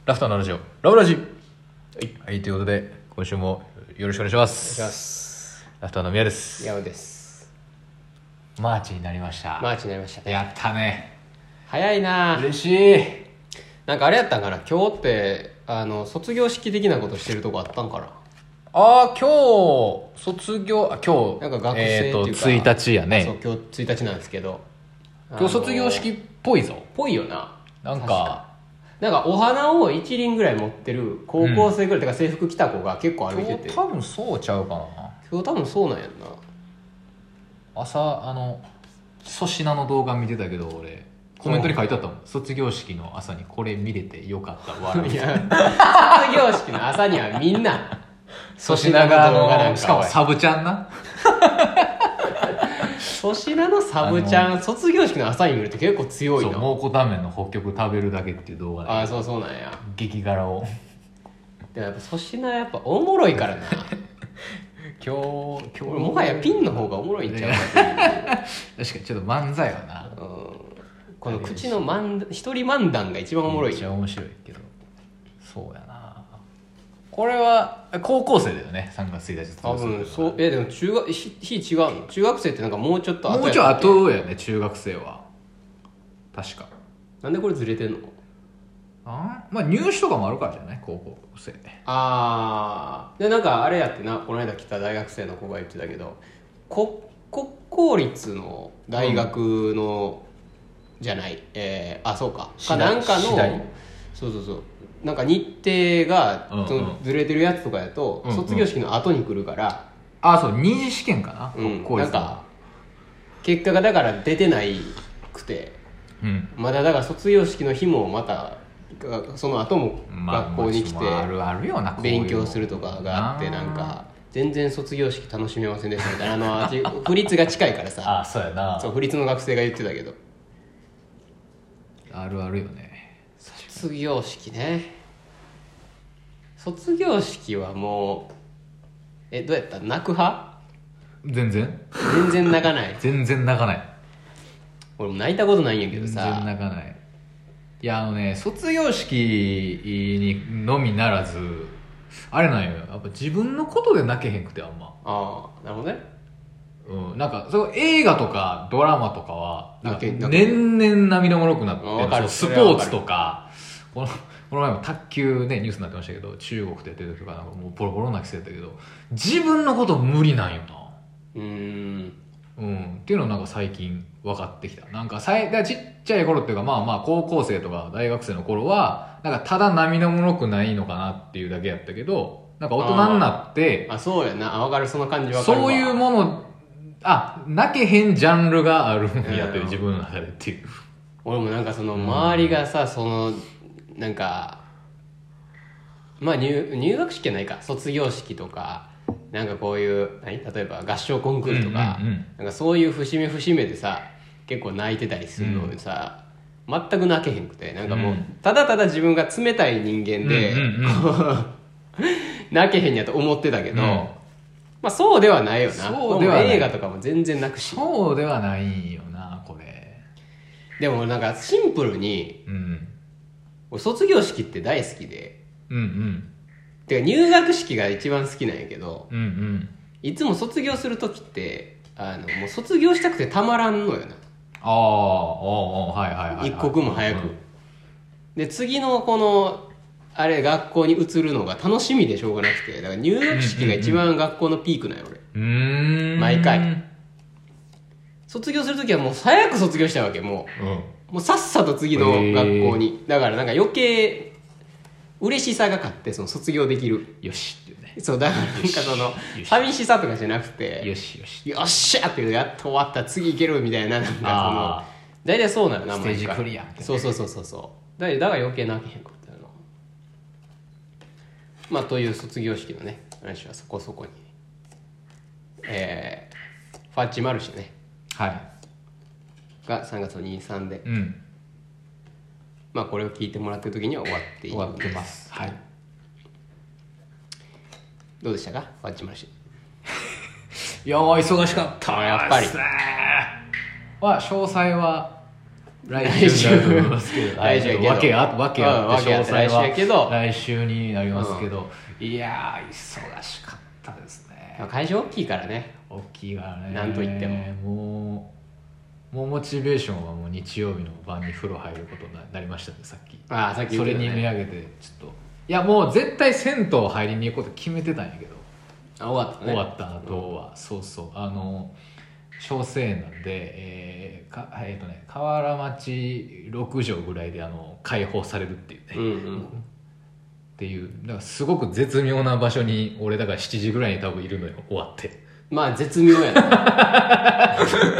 ラフターのラジオラブラジはい、ということで今週もよろしくお願いします。 お願いします。 ラフターの宮です。 ヤオです。 マーチになりました。 マーチになりましたね。 やったね。 早いな。 嬉しい。 なんかあれやったんかな、今日って卒業式的なことしてるとこあったんかな。 今日卒業今日なんか学生っていうか、 1日やね。 そう、今日1日なんですけど、 今日卒業式っぽいぞ。 ぽいよな。 なんかお花を一輪ぐらい持ってる高校生ぐらい、とか制服着た子が結構歩いてて、 今日多分そうちゃうかな。 今日多分そうなんやんな。 朝粗品の動画見てたけど、俺コメントに書いてあったもん。卒業式の朝にこれ見れてよかった笑い。 いや卒業式の朝にはみんな粗品がしかもサブちゃんな。 粗品のサブちゃん卒業式の朝に見るって結構強いな。 そう、蒙古タンメンの北極食べるだけっていう動画で、 そうなんや。 激辛をでもやっぱ粗品やっぱおもろいからな。 今日俺もはやピンの方がおもろいんちゃうかっていう。 確かにちょっと漫才はな、 この口の一人漫談が一番おもろい。 めっちゃ面白いけど、そうやな。これは高校生だよね。3月1日多分そう。でも日違うの。中学生ってなんかもうちょっと後やったっけ。 もうちょい後やね、中学生は確か。 なんでこれずれてんの。 まあ入試とかもあるからじゃない、高校生ね。 でなんかあれやってな、この間来た大学生の子が言ってたけど、国公立の大学の、じゃない、そうかなんかの、そうなんか日程が、そのずれてるやつとかやと、卒業式の後に来るから、 そう二次試験かな、 なんか結果がだから出てないくて、まだだから卒業式の日もまたその後も学校に来て勉強するとかがあって、なんか全然卒業式楽しめませんでしたみたいな。府立が近いからさ。 そうやな。 そう、府立の学生が言ってたけど、 あるあるよね。 卒業式ね。卒業式はもうどうやった？泣く派？ 全然泣かない。 全然泣かない。 俺も泣いたことないんやけどさ。 全然泣かない。いや卒業式にのみならずあれなんよ、やっぱ自分のことで泣けへんくて、あんま。 なるほどね。 なんかそう映画とかドラマとかは年々涙もろくなってる。スポーツとか、この前も卓球ねニュースになってましたけど、中国でやってるとかなんかもうボロボロ泣きしてたけど、自分のこと無理なんよな。っていうのをなんか最近分かってきた。なんかちっちゃい頃っていうか、まあ高校生とか大学生の頃はなんかただ涙もろくないのかなっていうだけやったけど、なんか大人になってそうやな。分かる、その感じ分かるわ。 そういうもの、泣けへんジャンルがあるんやって、自分の中でっていう。 俺もなんかその周りがさ、そのなんかまあ入学式はないか、卒業式とかなんかこういう例えば合唱コンクールとか、なんかそういう節目でさ結構泣いてたりするのでさ、全く泣けへんくて、なんかもうただただ自分が冷たい人間で泣けへんやと思ってたけど、まあそうではないよな。そうではない。映画とかも全然泣くし。 そうではないよな、これ。 でもなんかシンプルに、俺卒業式って大好きで、てか入学式が一番好きなんやけど、いつも卒業する時ってもう卒業したくてたまらんのよな。一刻も早く、で次のこのあれ学校に移るのが楽しみでしょうがなくて、だから入学式が一番学校のピークなんよ俺。毎回卒業する時はもう早く卒業したいわけ。もうさっさと次の学校に。だからなんか余計嬉しさが勝って、その卒業できるよしっていうね。 そうだからなんかその寂しさとかじゃなくて、 よしよっしゃっていう、やっと終わった次いけるみたいな、なんかその大体そうなのな。 ステージクリア。 そうだから余計泣けへんかったの。まあという卒業式のね話はそこそこに、ファッチマルシェね、が3月の23で、まあこれを聞いてもらってる時には終わっているんです。 終わってます。 どうでしたか、ファッチマルシェ。 いや忙しかった。 やっぱり詳細は来週になると思いますけど来週やけどわけあって詳細来週やけどは来週になりますけど、いやー忙しかったですね。 会場大きいからね。 大きいからね。 なんといってももうモチベーションはもう日曜日の晩に風呂入ることになりましたね。さっきさっき言それってたねに目上げてちょっといやもう絶対銭湯入りに行くこと決めてたんやけど、 終わったね。 終わった後は、そうそう小生園なんで、河原町6畳ぐらいで開放されるっていうね、 うんうん、 っていうだからすごく絶妙な場所に俺だから7時ぐらいに多分いるのよ。終わってまあ絶妙やな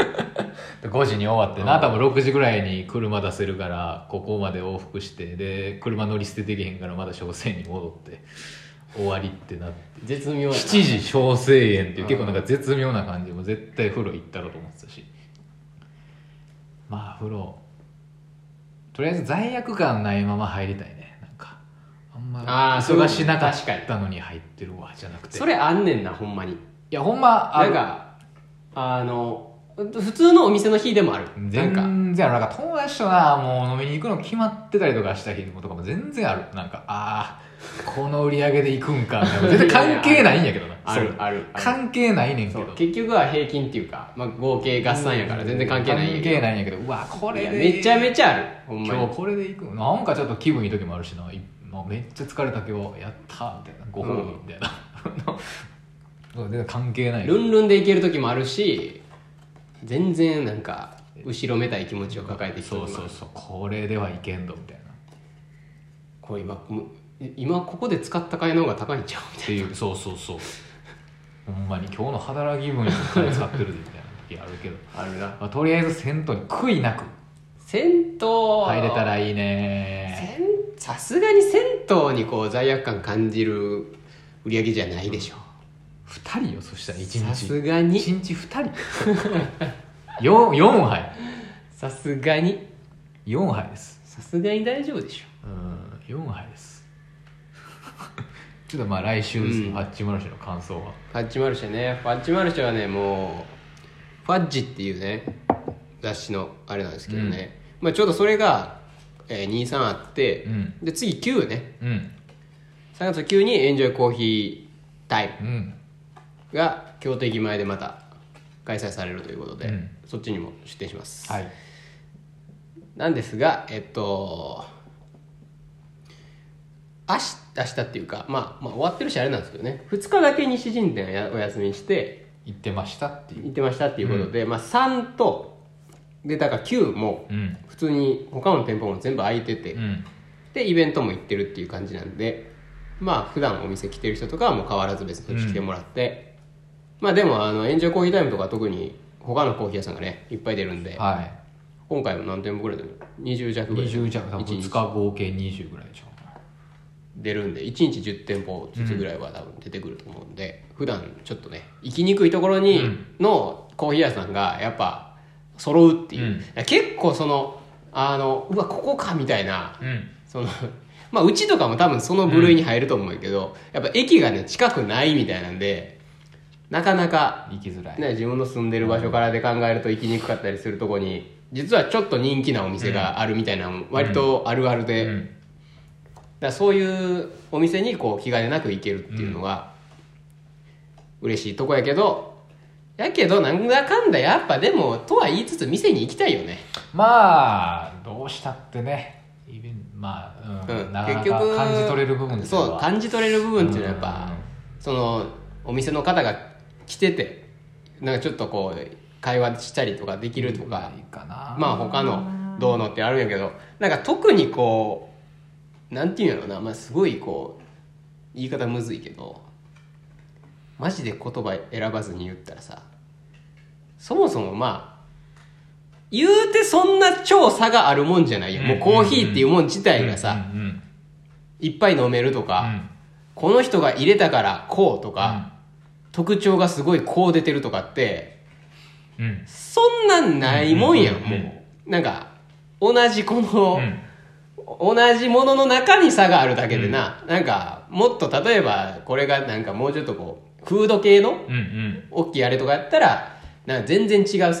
5時に終わってな、多分6時ぐらいに車出せるからここまで往復してで車乗り捨てできへんからまだ小生園に戻って終わりってなって絶妙やな。 7時小生園っていう結構なんか絶妙な感じも絶対風呂行ったろうと思ってたし、まあ風呂とりあえず罪悪感ないまま入りたいね。なんかあんま忙しなかったのに入ってるわじゃなくて、 それあんねんなほんまに。いやほんまなんか普通のお店の日でもある。 全然なんか友達となもう飲みに行くの決まってたりとかした日とかも全然ある。なんかこの売り上げで行くんかみたいな全然関係ないんやけどなある関係ないねんけど結局は平均っていうか、合計合算やから全然関係ないんやけど、 関係ないんやけど、うわこれでめちゃめちゃあるほんまに。 今日これで行くなんかちょっと気分いい時もあるしな、めっちゃ疲れた今日やったみたいなご褒美みたいな、全然関係ない。 ルンルンで行ける時もあるし、全然なんか後ろめたい気持ちを抱えてきてる。 そうこれではいけんどみたいな、 これ今ここで使った金の方が高いんちゃうみたいなっていうそうほんまに今日の働き分に金使ってるでみたいな時あるけどあるな、 まあ、とりあえず銭湯に悔いなく銭湯入れたらいいね。 さすがに銭湯にこう罪悪感感じる売り上げじゃないでしょ。 2人よ、そしたら1日さすがに 1日2人4杯さすがに 4杯です。 さすがに大丈夫でしょ。 4杯ですちょっとまあ来週ですね、ファッチマルシェの感想は。 ファッチマルシェね、ファッチマルシェはね、もうファッジっていうね雑誌のあれなんですけどね、まあ、ちょうどそれが、23あって、で次9ね、3月9にエンジョイコーヒータイムが京都駅前でまた開催されるということで、そっちにも出店します、なんですが明日っていうか、まあ終わってるしあれなんですけどね、2日だけ西陣店お休みにして行ってましたっていうことで、まあ3とでだから9も普通に他の店舗も全部空いてて、でイベントも行ってるっていう感じなんで、まあ普段お店来てる人とかはもう変わらず別に来てもらって、まあでもエンジョイコーヒータイムとか特に他のコーヒー屋さんがねいっぱい出るんで、今回も何店舗ぐらい出る20弱ぐらい 20弱多分2日合計20ぐらいでしょ出るんで、1日10店舗ずつぐらいは多分出てくると思うんで、普段ちょっとね行きにくいところにのコーヒー屋さんがやっぱ揃うっていう、結構うわここかみたいな、まあうちとかも多分その部類に入ると思うけど、やっぱ駅がね近くないみたいなんでなかなか行きづらい、 自分の住んでる場所からで考えると行きにくかったりするとこに実はちょっと人気なお店があるみたいなの割とあるあるで、だからそういうお店にこう気兼ねなく行けるっていうのが嬉しいとこやけど、なんだかんだやっぱでもとは言いつつ店に行きたいよね。 まあどうしたってねまあ、なかなか感じ取れる部分ですよ。 そう感じ取れる部分っていうのはやっぱ、そのお店の方が来ててなんかちょっとこう会話したりとかできるとか、まあ他のどうのってあるんやけど、なんか特にこうなんていうんやろうな、まあすごいこう言い方むずいけどマジで言葉選ばずに言ったらさ、そもそもまあ言うてそんな超差があるもんじゃないよ、もうコーヒーっていうもん自体がさ、いっぱい飲めるとか、この人が入れたからこうとか、特徴がすごいこう出てるとかって、そんなんないもんやん、もうなんか同じこの、同じものの中に差があるだけでな、なんかもっと例えばこれがなんかもうちょっとこうフード系の大きいあれとかやったらなんか全然違うさ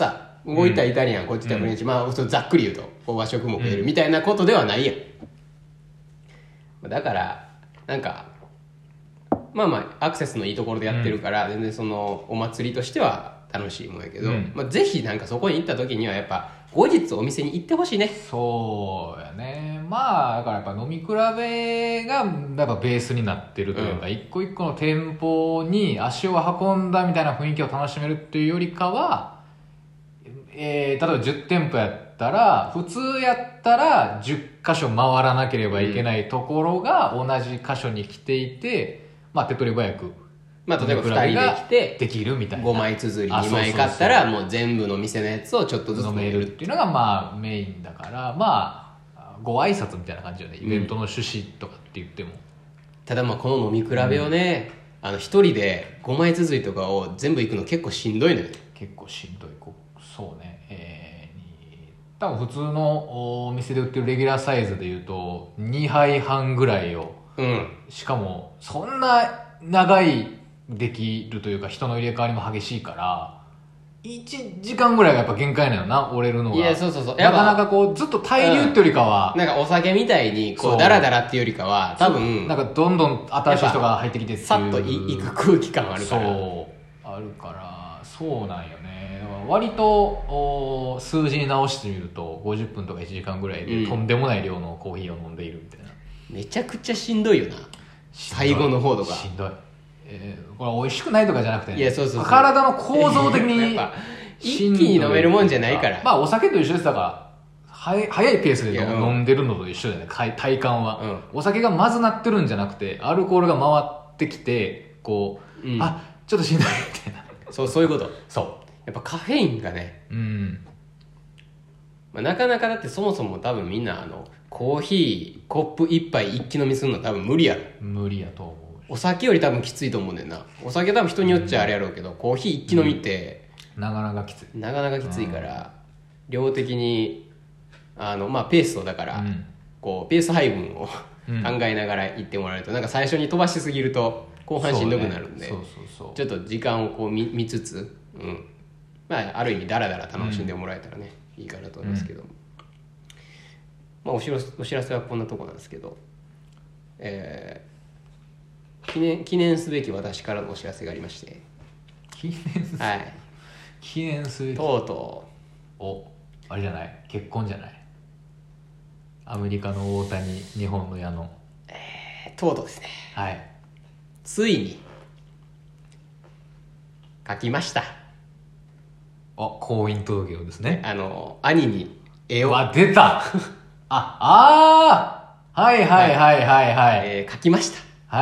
動いたらイタリアン、こっち行ったらフレンチ、まあざっくり言うと和食も食えるみたいなことではないやん。だからなんかまあアクセスのいいところでやってるから、全然そのお祭りとしては楽しいもんやけど、まあ、ぜひなんかそこに行った時にはやっぱ後日お店に行ってほしいね。 そうやね。まあだからやっぱ飲み比べがやっぱベースになってるというか、一個一個の店舗に足を運んだみたいな雰囲気を楽しめるっていうよりかは、例えば10店舗やったら普通やったら10箇所回らなければいけないところが同じ箇所に来ていて、まあ手っ取り早くまあ、例えば2人で来てできるみたいな 5枚綴り2枚買ったらもう全部の店のやつをちょっとずつ飲めるっていうのがまあメインだから、まあご挨拶みたいな感じよね、イベントの趣旨とかって言っても。 ただまあこの飲み比べをね、1人で5枚綴りとかを全部行くの結構しんどいのよね。 結構しんどい。そうね、多分普通のお店で売ってるレギュラーサイズでいうと2杯半ぐらいを、しかもそんな長いできるというか人の入れ替わりも激しいから1時間ぐらいがやっぱ限界なのな、折れるのが。 いやそうなかなかこうずっと滞留ってよりかは、 なんかお酒みたいにこうダラダラっていうよりかは多分なんかどんどん新しい人が入ってきてっていうさっと行く空気感あるから。 そうあるからそうなんよね。割と数字に直してみると50分とか1時間ぐらいでとんでもない量のコーヒーを飲んでいるみたいな、 めちゃくちゃしんどいよな最後の方とか。 しんどい。これ美味しくないとかじゃなくてね、 いやそう体の構造的にやっぱ一気に飲めるもんじゃないから。 まあお酒と一緒ですだから早いペースで飲んでるのと一緒だよね、体感は、お酒がまずなってるんじゃなくてアルコールが回ってきてこう、あちょっとしんどいみたいな。 そういうこと。 そうやっぱカフェインがね、まあ、なかなかだってそもそも多分みんなコーヒーコップ1杯一気飲みするの多分無理やろ。 無理やと思う。 お酒より多分きついと思うねんな。お酒多分人によっちゃあれやろうけど、コーヒー一気飲みってなかなかきついから、量的にまあペースをだから、こうペース配分を考えながら行ってもらえると、なんか最初に飛ばしすぎると後半しんどくなるんで、ちょっと時間をこう 見つつ、まあある意味ダラダラ楽しんでもらえたらね、いいかなと思いますけど、まあお知らせはこんなとこなんですけど、記念すべき私からのお知らせがありまして。 記念すべきとうとうあれじゃない、結婚じゃない、アメリカの大谷日本の矢野、 とうとうですね、ついに書きました。 婚姻届をですね。 兄に絵を出たはい書きました。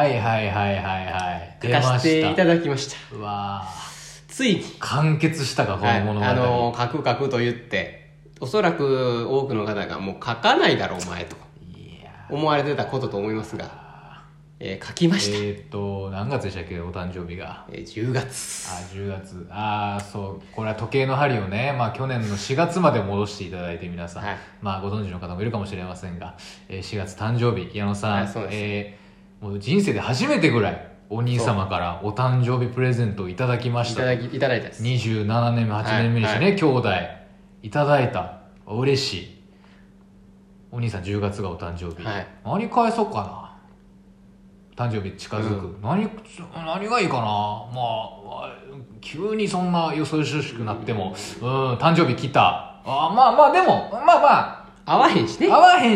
書かせていただきました。 うわついに完結したかこの物語。 書くと言っておそらく多くの方がもう書かないだろうお前と思われてたことと思いますが、書きました。 何月でしたっけお誕生日が。 10月。 10月。そうこれは時計の針をね、まあ去年の4月まで戻していただいて皆さん、まあご存知の方もいるかもしれませんが、4月誕生日矢野さん、もう人生で初めてぐらいお兄様からお誕生日プレゼントをいただきました。 いただいたです。 27年目8年目にしてね、兄弟いただいた。嬉しい。お兄さん10月がお誕生日、何返そうかな。誕生日近づく、何がいいかな。まあ急にそんなよそよそしくなっても、誕生日来た。まあでも合わへんし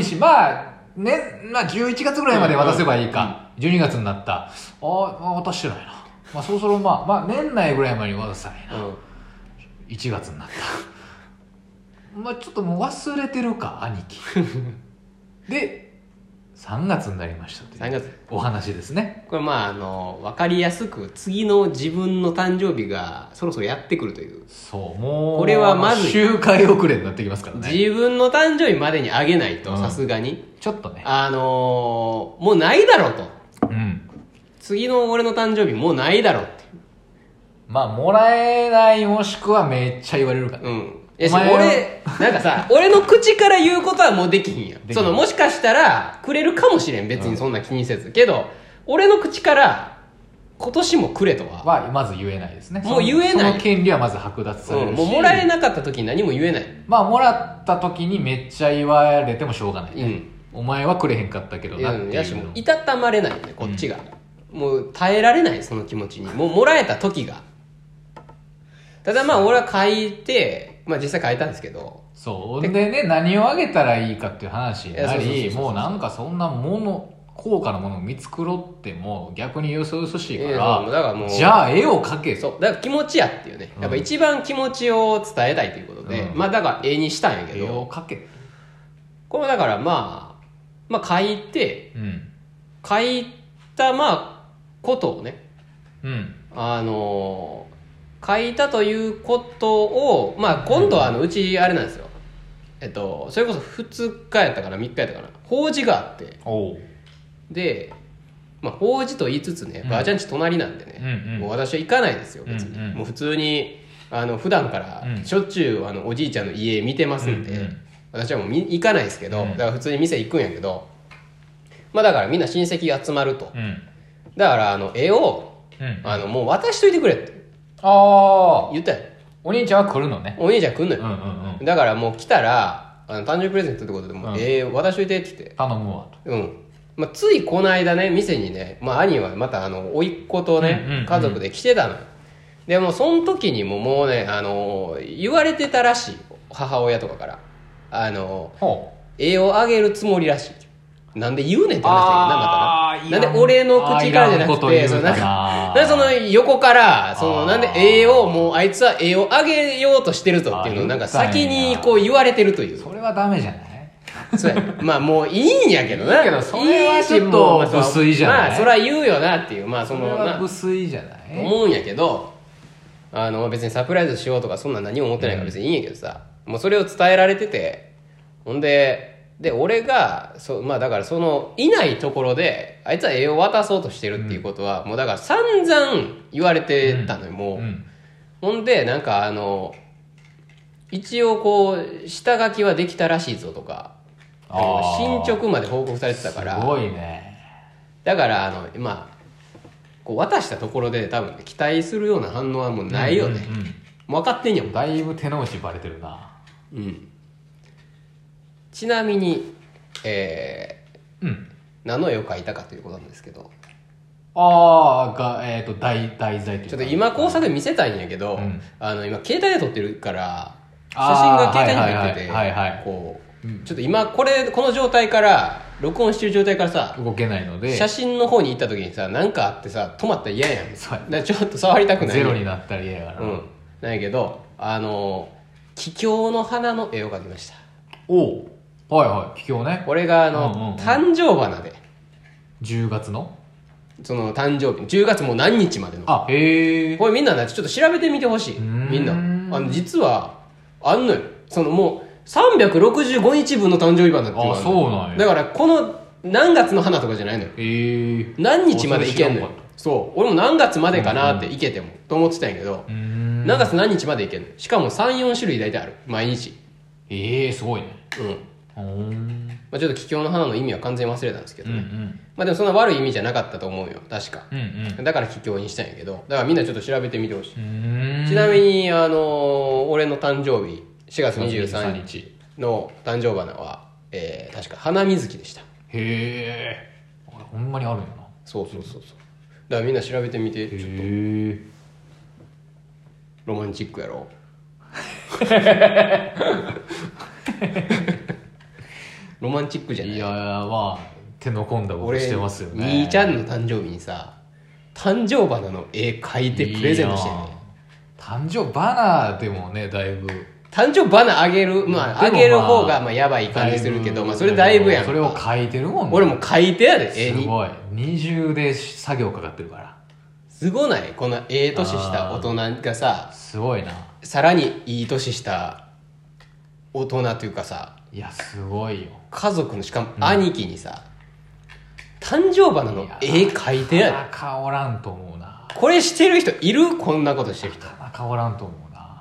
11月ぐらいまで渡せばいいか、12月になった。渡してないな。そろそろ年内ぐらいまでに渡さないな。1月になった。ちょっともう忘れてるか兄貴で3月になりましたというお話ですね。 これ分かりやすく次の自分の誕生日がそろそろやってくるという。 そうもうこれはまず周回遅れになってきますからね。 自分の誕生日までにあげないとさすがにちょっとねもうないだろうと、次の俺の誕生日もうないだろうって。 もらえないもしくはめっちゃ言われるからね。 なんかさ俺の口から言うことはもうできひんやん。もしかしたらくれるかもしれん、別にそんな気にせず、けど俺の口から今年もくれとはまず言えないですね。 もう言えない。 その権利はまず剥奪されるし、 もうもらえなかった時に何も言えない。 まあもらった時にめっちゃ言われてもしょうがないね、お前はくれへんかったけどなっていうの。 やしもういたたまれないねこっちが、もう耐えられないその気持ちに。もうもらえた時が。ただまあ俺は書いて、まあ実際書いたんですけど、 そうでね、何をあげたらいいかっていう話になり、もうなんかそんなもの高価なものを見繕っても逆によそよそしいから、 だからもうじゃあ絵を描け。 そうだから気持ちやっていうね、やっぱ一番気持ちを伝えたいということで、まあだから絵にしたんやけど、 絵を描け。 これだからまあ書いて、書いたまあことをね、書いたということを、まあ今度はうちあれなんですよ、それこそ2日やったかな3日やったかな、法事があって、で、まあ、法事と言いつつね、ばあちゃんち隣なんでね、もう私は行かないですよ別に、もう普通に普段からしょっちゅうおじいちゃんの家見てますんで、私はもう行かないですけど、だから普通に店行くんやけど、まあだからみんな親戚が集まると、だから絵を、もう渡しといてくれって言ったよ。 お兄ちゃんは来るのね。 お兄ちゃん来んのよ、だからもう来たら誕生日プレゼントってことでもう、渡しといてって言って頼むわと。 まあ、ついこの間ね店にね、まあ、兄はまた甥っ子とね、家族で来てたのよ。でもその時にもうね言われてたらしい、母親とかから絵をあげるつもりらしい。なんで言うねんって話だけどな、またな。なんで俺の口からじゃなくて、なんでその横からなんで絵をもうあいつは絵をあげようとしてるぞっていうのをなんか先にこう言われてるという。 それはダメじゃない？ そうやまあもういいんやけどな。 いいけどそれはちょっと無粋じゃない？ まあそれは言うよなっていう、まあそれは無粋じゃない？ 思うんやけど、別にサプライズしようとかそんな何も思ってないから別にいいんやけどさ、もうそれを伝えられてて、ほんで俺がまあだからいないところであいつは絵を渡そうとしてるっていうことは、もうだから散々言われてたのよ、もう。ほんでなんか一応こう下書きはできたらしいぞとか進捗まで報告されてたから、 すごいね。 だからまあこう渡したところで多分期待するような反応はもうないよね、もう分かってんやもん。 だいぶ手の内バレてるな。 ちなみに何の絵を描いたかということなんですけど、 題材というか、 ちょっと今工作で見せたいんやけど、今携帯で撮ってるから写真が携帯に入ってて、こうちょっと今この状態から録音してる状態からさ動けないので、 写真の方に行った時にさ何かあってさ止まったら嫌やん。だからちょっと触りたくない、 ゼロになったら嫌やから、 なんやけど桔梗の花の絵を描きました。 桔梗ね。 これが誕生花で 10月のその誕生日10月もう何日までの。これみんなちょっと調べてみてほしい。みんな実はあんのよ、もう365日分の誕生日花っていうのがあるの。 そうなんや。 だからこの何月の花とかじゃないのよ、何日までいけんのよ。そう俺も何月までかなっていけてもと思ってたんやけど、何月何日までいけんの。しかも 3,4 種類大体ある毎日。 すごいね。 まあ、ちょっと桔梗の花の意味は完全に忘れたんですけどね、まあでもそんな悪い意味じゃなかったと思うよ確か、だから桔梗にしたんやけど、だからみんなちょっと調べてみてほしい。ちなみに俺の誕生日4月23日の誕生花は、確か花水木でした。 ほんまにあるんやな。 そうだからみんな調べてみて。ちょっとロマンチックやろロマンチックじゃない？ いやまあ手の込んだことしてますよね。 兄ちゃんの誕生日にさ誕生花の絵描いてプレゼントしてね。 誕生花でもねだいぶ誕生花あげる、まああげる方がまあやばい感じするけど、まあそれだいぶやん。 それを描いてるもんね。 俺も描いてやで絵に。 すごい二重で作業かかってるから。 すごない？この年した大人がさ、 すごいな。 さらにいい年した大人というかさ、 いやすごいよ。 家族のしかも兄貴にさ、誕生花の絵描いてやで。 なかなかおらんと思うな。 これしてる人いる？こんなことしてる人。 なかなかおらんと思うな。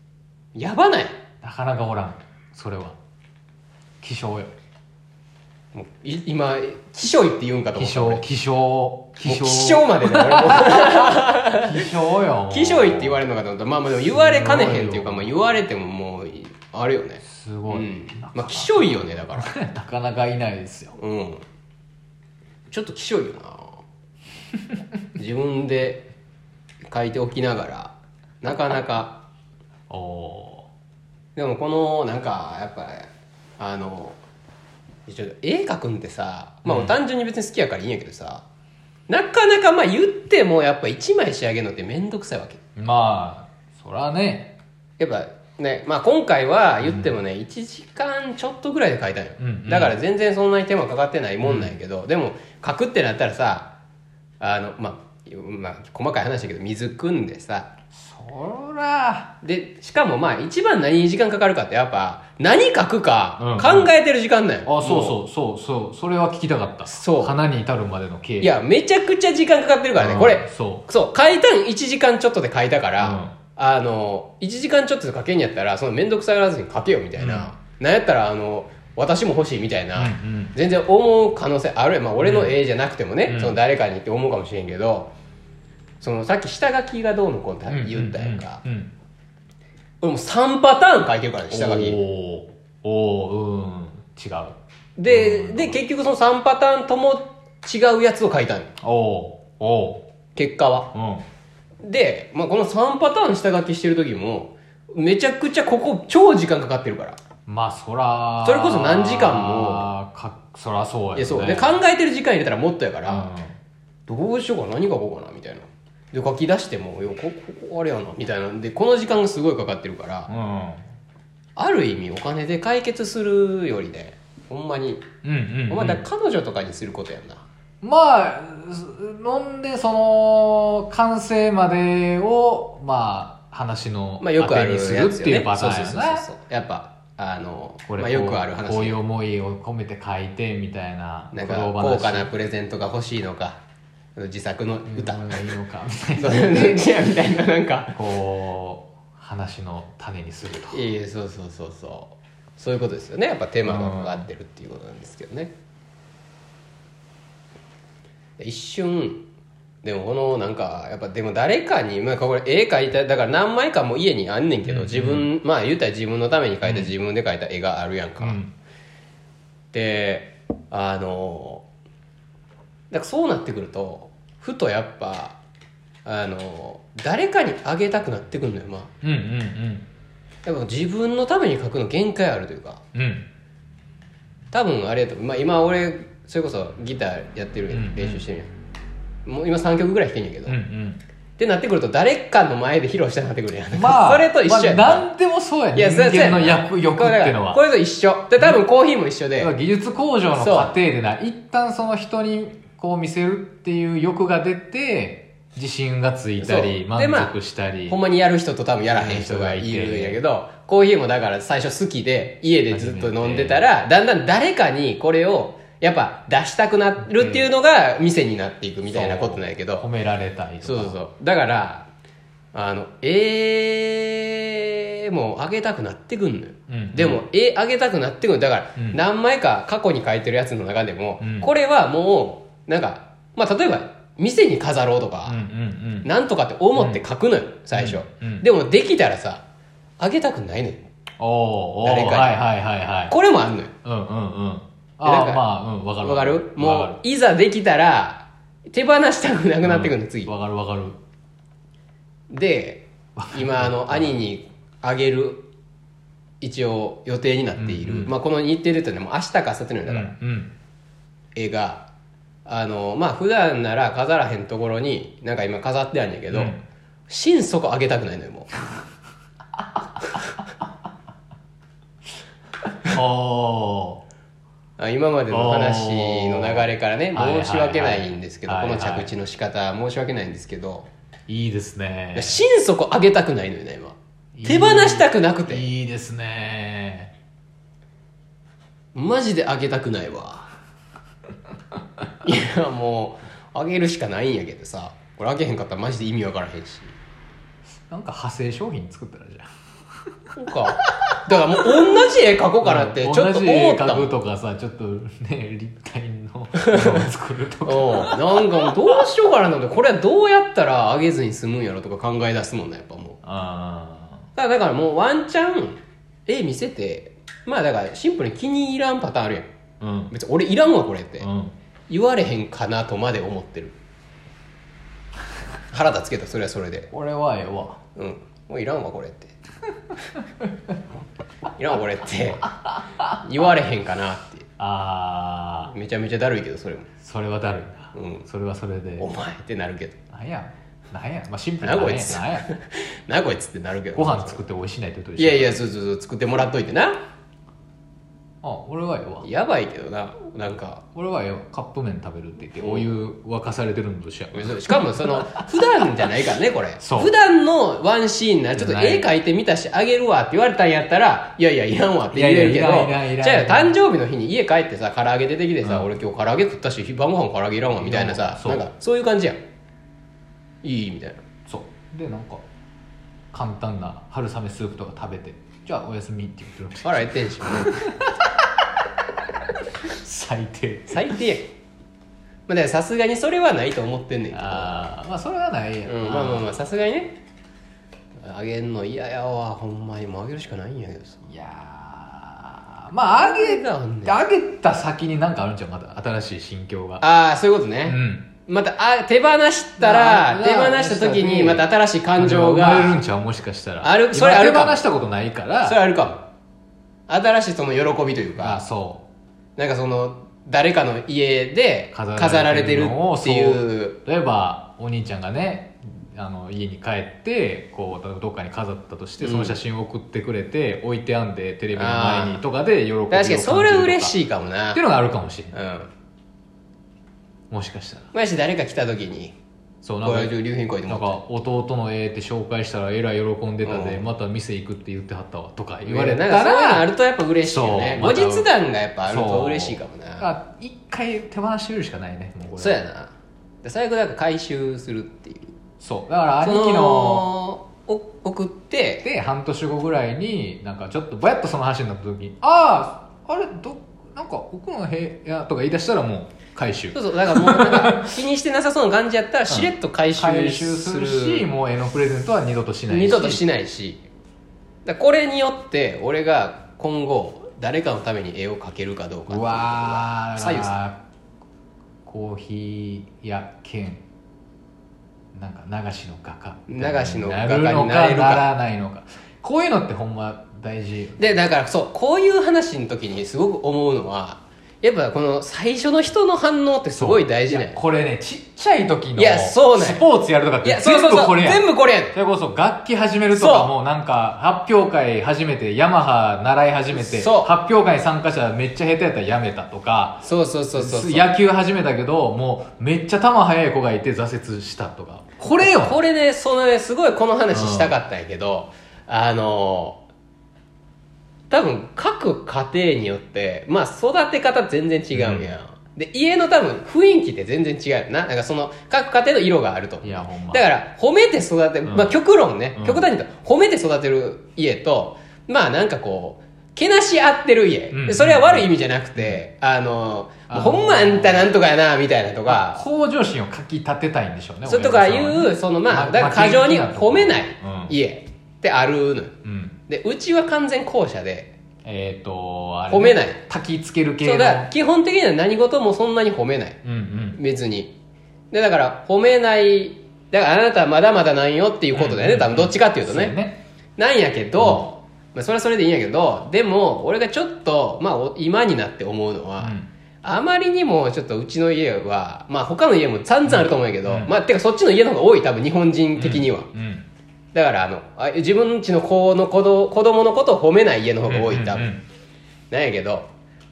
やばない？ なかなかおらん。それは希少よ。 もう今気象って言うんかと思った気象までね俺も気象よ気象って言われるのかと思った。まあまあでも言われかねへんっていうか、まあ、言われてももうあれよね。 すごい、 まあ気象いよねだからなかなかいないですよ。 ちょっと気象いよな自分で書いておきながらなかなかでもこのなんかやっぱちょっと絵描くんってさ、まあ単純に別に好きやからいいんやけどさ、なかなかまあ言ってもやっぱ1枚仕上げるのってめんどくさいわけ。 まあそらねやっぱね、まあ今回は言ってもね、1時間ちょっとぐらいで描いたんよ、だから全然そんなに手間かかってないもんなんやけど、でも描くってなったらさまあ細かい話だけど水汲んでさ、 そらでしかもまあ一番何に時間かかるかってやっぱ何書くか考えてる時間なんよ、 そうそれは聞きたかった。 そう花に至るまでの経緯。 いやめちゃくちゃ時間かかってるからね、これそう書いたん1時間ちょっとで書いたから、1時間ちょっとで書けんやったらその面倒くさがらずに書けよみたいな、なんやったら私も欲しいみたいな、全然思う可能性ある。まあ俺の絵じゃなくてもね、その誰かにって思うかもしれんけど、そのさっき下書きがどうのこうの言ったやんか、俺もう3パターン書いてるからね下書き。 違うで結局その3パターンとも違うやつを書いたんよ結果は、で、まあ、この3パターン下書きしてる時もめちゃくちゃここ超時間かかってるから、 まあそれこそ何時間もそらそうやね。 いやそうで考えてる時間入れたらもっとやから、どうしようか何書こうかなみたいなで書き出してもこあれやなみたいなんでこの時間がすごいかかってるから、ある意味お金で解決するよりねほんまに、お前だから彼女とかにすることやんな。まあ飲んでその完成までをまあ話の当てにするっていうパターンやな。 やっぱこれまあ、よくある話、 こういう思いを込めて書いてみたいな、 なんか高価なプレゼントが欲しいのか自作の歌がいいのかみたいなみたいななんかこう話の種にすると。 そういうことですよね。やっぱ手間がかかってるっていうことなんですけどね、一瞬でもこのなんかやっぱでも誰かに、まあ、これ絵描いただから何枚かも家にあんねんけど、自分まあ言ったら自分のために描いた、自分で描いた絵があるやんか、でだからそうなってくるとふとやっぱ誰かにあげたくなってくるのよ。まあやっぱ自分のために描くの限界あるというか、多分あれやと、まあ、今俺それこそギターやってる練習してるやん、もう今3曲ぐらい弾けんやけど、ってなってくると誰かの前で披露したくなってくるやん、まあ、それと一緒やん、 なんでもそうやね、人間の欲っていうのはこれと一緒で、多分コーヒーも一緒で、 技術向上の過程で一旦その人にこう見せるっていう欲が出て自信がついたり満足したり、 ほんまにやる人と多分やらへん人がいるんやけど、コーヒーもだから最初好きで家でずっと飲んでたらだんだん誰かにこれをやっぱ出したくなるっていうのが店になっていくみたいなことなんやけど、 褒められたいとか、 そうだからもうあげたくなってくんのよ、でもあげたくなってくるだから、何枚か過去に書いてるやつの中でも、これはもうなんかまあ例えば店に飾ろうとか、なんとかって思って書くのよ最初、でもできたらさあげたくないのよ誰かに、これもあんのよ、わかるもういざできたら手放したくなくなってくるの、次わかるで今兄にあげる一応予定になっている、まあこの日程で言ったらもう明日か明後日のよだから、絵がまあ普段なら飾らへんところになんか今飾ってあるんやけど、心底あげたくないのよもう今までの話の流れからね申し訳ないんですけど、この着地の仕方申し訳ないんですけど、 いいですね、 心底あげたくないのよね今、手放したくなくて、 いいですね、 マジであげたくないわいやもうあげるしかないんやけどさ、これあげへんかったらマジで意味わからへんし、 なんか派生商品作ったらじゃなんかだからもう同じ絵描こうかなってちょっと思ったもん。 同じ絵描くとかさ、ちょっとね立体のものを作るとかなんかもうどうしようかなと思って、これはどうやったら上げずに済むんやろとか考え出すもんね、やっぱもう。だからもうワンチャン絵見せて、まあだからシンプルに気に入らんパターンあるやん、別に俺いらんわこれって、言われへんかなとまで思ってる。腹立つけどそれはそれで、 俺はええわ、 もういらんわこれっていらんわこれって言われへんかなって。めちゃめちゃだるいけど、それもそれはだるいな、それはそれでお前ってなるけど、 なんや、まあシンプルなこいつなこいつってなるけど、 ご飯作って美味しいないってことでしょ。いやそう作ってもらっといてな。 俺はええわ。 やばいけどな、なんか俺はええわ、カップ麺食べるって言ってお湯沸かされてるのとしや。 しかもその普段じゃないからねこれ普段のワンシーンならちょっと絵描いてみたしあげるわって言われたんやったら、いやいらんわって言えるけど、じゃあ誕生日の日に家帰ってさ唐揚げ出てきてさ、俺今日唐揚げ食ったし晩ご飯唐揚げいらんわみたいなさ、なんかそういう感じやん。いいみたいな。 そうで、なんか簡単な春雨スープとか食べて、じゃあおやすみって言ってる。 腹減ってんし最低やん。まあさすがにそれはないと思ってんねんけど、 まあそれはないやん、 まあさすがにね、あげんの嫌やわほんまに。もうあげるしかないんやけどさ。 いやまああげた先に何かあるんちゃう、また新しい心境が。 そういうことね、また手放したら手放した時にまた新しい感情が生まれるんちゃう、もしかしたら。 それあるかも。 手放したことないから、 それあるかも。新しいその喜びというか、なんかその誰かの家で飾られてるっていう。 例えばお兄ちゃんがね家に帰ってこうどっかに飾ったとして、その写真を送ってくれて置いてあんでテレビの前にとかで喜びを感じるとか。 確かにそれ嬉しいかもなっていうのがあるかもしれない、もしかしたら。 もし誰か来た時になんか流品こいてもなんか弟の絵って紹介したらえらい喜んでたで、また店行くって言ってはったわとか言われたら、 そういうのあるとやっぱ嬉しいよね。後日談がやっぱあると嬉しいかもな。 一回手放してみるしかないね、もうこれ。 そうやな。最後なんか回収するっていう。 そうだから兄貴の送ってで半年後ぐらいになんかちょっとぼやっとその話になった時にあれなんか奥の部屋とか言い出したらもう回収。 そうだからもうなんか気にしてなさそうな感じやったらしれっと回収するし、もう絵のプレゼントは二度としないしだこれによって俺が今後誰かのために絵を描けるかどうかっていうのが左右する。 コーヒー屋兼なんか流しの画家流しの画家になれるかならないのか、こういうのってほんま大事で。だからこういう話の時にすごく思うのは、やっぱこの最初の人の反応ってすごい大事ね。 これね、ちっちゃい時のスポーツやるとかって全部これやん。全部これやん。 それこそ楽器始めるとかもなんか発表会始めてヤマハ習い始めて発表会参加者めっちゃ下手やったらやめたとか、 そう野球始めたけどもうめっちゃ球速い子がいて挫折したとか、これね、すごいこの話したかったんやけど、多分各家庭によってまあ育て方全然違うんや、で家の多分雰囲気って全然違うよな。なんかその各家庭の色があると。 いやほんまだから褒めて育てる、まあ極論ね、極端に言うと褒めて育てる家と、まあなんかこうけなし合ってる家、それは悪い意味じゃなくて、ほんまあんたなんとかやなみたいなとか、 向上心をかき立てたいんでしょうね。 それとかいうそのまあだから過剰に褒めない家ってあるのよ。でうちは完全後者で、 あれね、 褒めない、 焚きつける系の。 そうだ、基本的には何事もそんなに褒めない、別に。でだから褒めない、だからあなたはまだまだなんよっていうことだよね、多分どっちかっていうとね。なんやけど、まあ、それはそれでいいんやけど、でも俺がちょっとまあ今になって思うのは、あまりにもちょっとうちの家は、まあ他の家も散々あると思うんやけど、まあてかそっちの家の方が多い、多分日本人的には。だから自分ちの子供のことを褒めない家の方が多い、多分。なんやけど、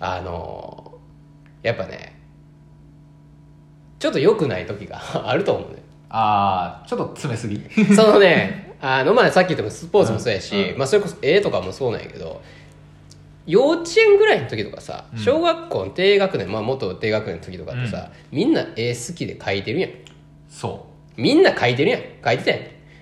やっぱね、ちょっと良くない時があると思うね。 ちょっと詰めすぎ。 そのね、まあさっき言ったスポーツもそうやし、まあそれこそ絵とかもそうなんやけど、幼稚園ぐらいの時とかさ、小学校の低学年、まあ元低学年の時とかってさ、みんな絵好きで描いてるやん。 そう。 みんな描いてるやん。描いてたやん。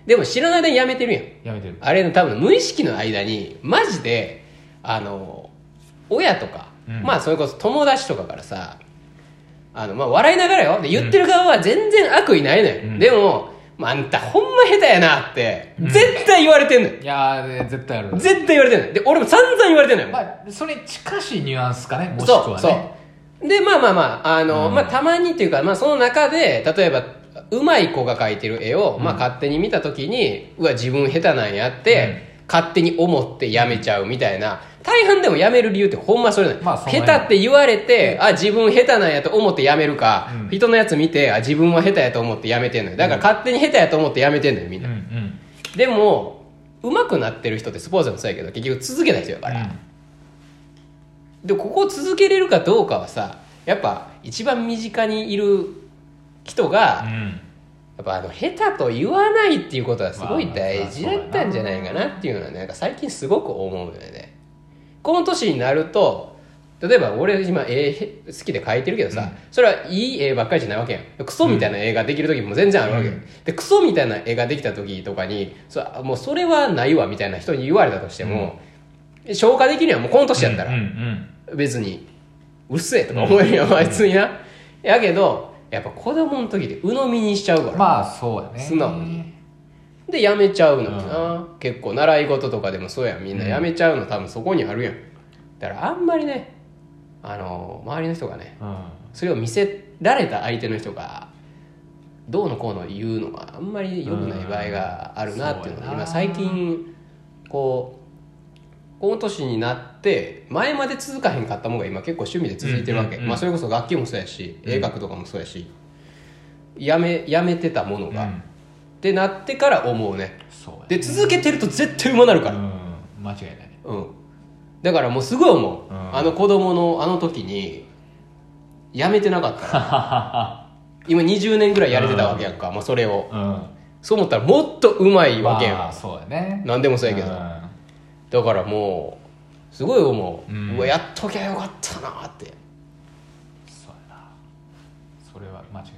でも知らない間にやめてるやん。 やめてる。 あれの多分無意識の間にマジで親とか、まあそれこそ友達とかからさまあ笑いながらよで言ってる側は全然悪意ないのよ、でも、まあ、あんたほんま下手やなって絶対言われてんのよ、 いやー絶対ある。 絶対言われてんのよ。で俺も散々言われてんのよ、 まあそれに近しいニュアンスかね、もしくはね。 そうでまあまあたまにっていうか、まあ、その中で例えばうまい子が描いてる絵を、まあ、勝手に見た時にうわ自分下手なんやって、勝手に思ってやめちゃうみたいな、大半でもやめる理由ってほんまそれない、 まあ、 下手って言われて、あ自分下手なんやと思ってやめるか、人のやつ見てあ自分は下手やと思ってやめてんのよ。だから勝手に下手やと思ってやめてんのよみんな、でも上手くなってる人ってスポーツでもそうやけど結局続けない人やから、でここを続けれるかどうかはさやっぱ一番身近にいる人が、やっぱ下手と言わないっていうことはすごい大事だったんじゃないかなっていうのはなんか最近すごく思うよね。この年になると例えば俺今絵好きで描いてるけどさ、それはいい絵ばっかりじゃないわけやん。クソみたいな絵ができる時も全然あるわけよ、でクソみたいな絵ができた時とかにもうそれはないわみたいな人に言われたとしても、消化できるやんもうこの年やったら、別にうっせえとか思えるよ、あいつにな。やけどやっぱ子供の時で鵜呑みにしちゃうから、 まあそうやね、 素直にでやめちゃうのよな、結構習い事とかでもそうやん、みんなやめちゃうの多分そこにあるやん。だからあんまりね周りの人がね、それを見せられた相手の人がどうのこうの言うのはあんまり良くない場合があるなっていうのが今最近この年になって前まで続かへんかったもんが今結構趣味で続いてるわけ、まあ、それこそ楽器もそうやし絵描くとかもそうやし、やめてたものが、ってなってから思うね。 そうやね。 で続けてると絶対うまなるから、 間違いない。 だからもうすごい思う、子供の時にやめてなかったら今20年ぐらいやれてたわけやんか、まあ、それを、そう思ったらもっとうまいわけやん、 まあ、そうやね。 何でもそうやけど、だからもうすごい思う、うわやっときゃよかったなって。 そうやな、それは間違いない。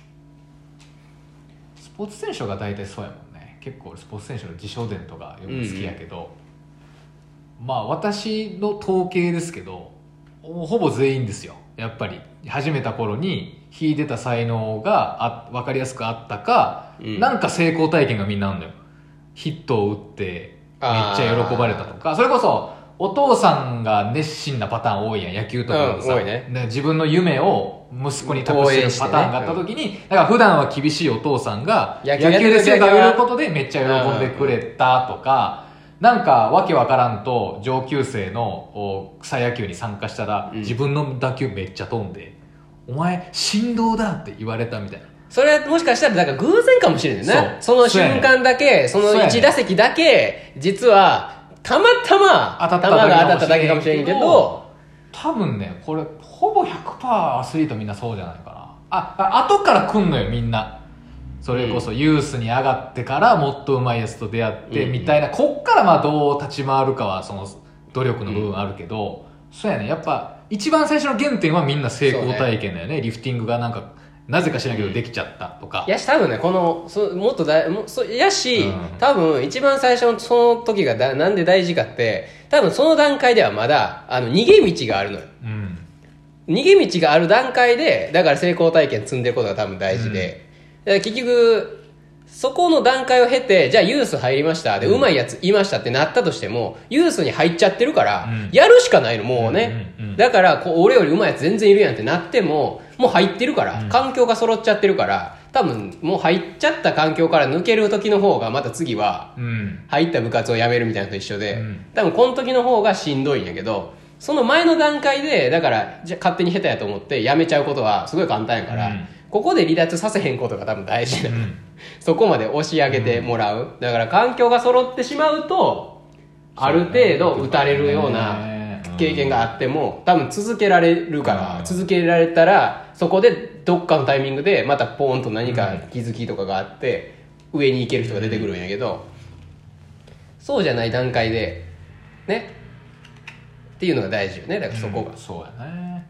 スポーツ選手が大体そうやもんね。結構俺スポーツ選手の自叙伝とかよく好きやけど、まあ私の統計ですけどほぼ全員ですよ。やっぱり始めた頃に秀でた才能が分かりやすくあったか、なんか成功体験がみんなあるんだよ。ヒットを打ってめっちゃ喜ばれたとか、それこそお父さんが熱心なパターン多いやん、野球とかもさ、 多いね。 自分の夢を息子に託してるパターンがあった時に、だから普段は厳しいお父さんが野球で成果を得ることでめっちゃ喜んでくれたとか、なんかわけわからんと上級生の草野球に参加したら、自分の打球めっちゃ飛んで、お前振動だって言われたみたいな。 それはもしかしたらだから偶然かもしれないね。その瞬間だけ、その1打席だけ、実はたまたま球が当たっただけかもしれんけど、 多分ねこれほぼ 100% アスリートみんなそうじゃないかな。後から来んのよみんな。それこそユースに上がってからもっと上手いやつと出会ってみたいな、こっからまあどう立ち回るかはその努力の部分あるけど、そうやね、やっぱ一番最初の原点はみんな成功体験だよね。リフティングがなんかなぜか知らんけどできちゃったとか、 やし多分ねこのもっとやし、多分一番最初のその時がなんで大事かって、多分その段階ではまだ逃げ道があるのよ、逃げ道がある段階でだから成功体験積んでいくことが多分大事で、だから結局そこの段階を経てじゃあユース入りましたで、上手いやついましたってなったとしてもユースに入っちゃってるから、やるしかないのもうね、だから俺より上手いやつ全然いるやんってなってももう入ってるから、環境が揃っちゃってるから、多分もう入っちゃった環境から抜ける時の方がまた次は入った部活を辞めるみたいなのと一緒で、多分この時の方がしんどいんやけど、その前の段階でだからじゃ勝手に下手やと思って辞めちゃうことはすごい簡単やから、ここで離脱させへんことが多分大事なの、そこまで押し上げてもらう、だから環境が揃ってしまうとある程度打たれるような経験があっても多分続けられるから、続けられたらそこでどっかのタイミングでまたポーンと何か気づきとかがあって上に行ける人が出てくるんやけど、そうじゃない段階でねっていうのが大事よね。だからそこが、 そうやね。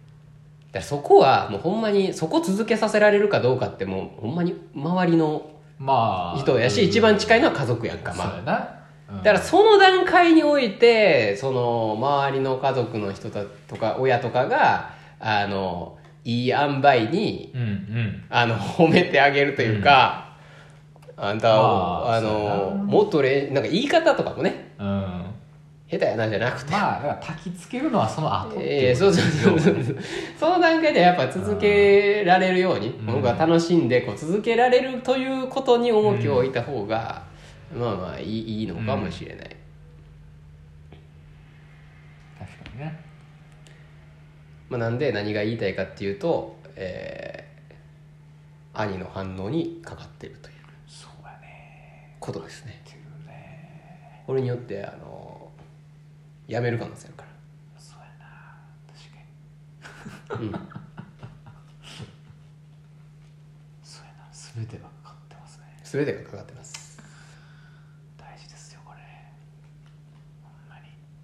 だからそこはもうほんまにそこ続けさせられるかどうかってもうほんまに周りのまあ人やし、一番近いのは家族やんか、 そうやな、 だからその段階においてその周りの家族の人とか親とかがいい塩梅に、褒めてあげるというか、あんたはもっとなんか言い方とかもね、下手やなじゃなくて、 まあだから焚きつけるのはその後っていうことですそうその段階でやっぱ続けられるように、僕が楽しんでこう続けられるということに重きを置いた方が、まあまあいいのかもしれない、 確かにね。 まあ、なんで何が言いたいかっていうと、兄の反応にかかってるというそうやねことですね。 ね、 これによってやめる可能性あるかそうやな、確かにそうやな、全てがかかってますね。 全てがかかってます。 大事ですよこれ、ほんま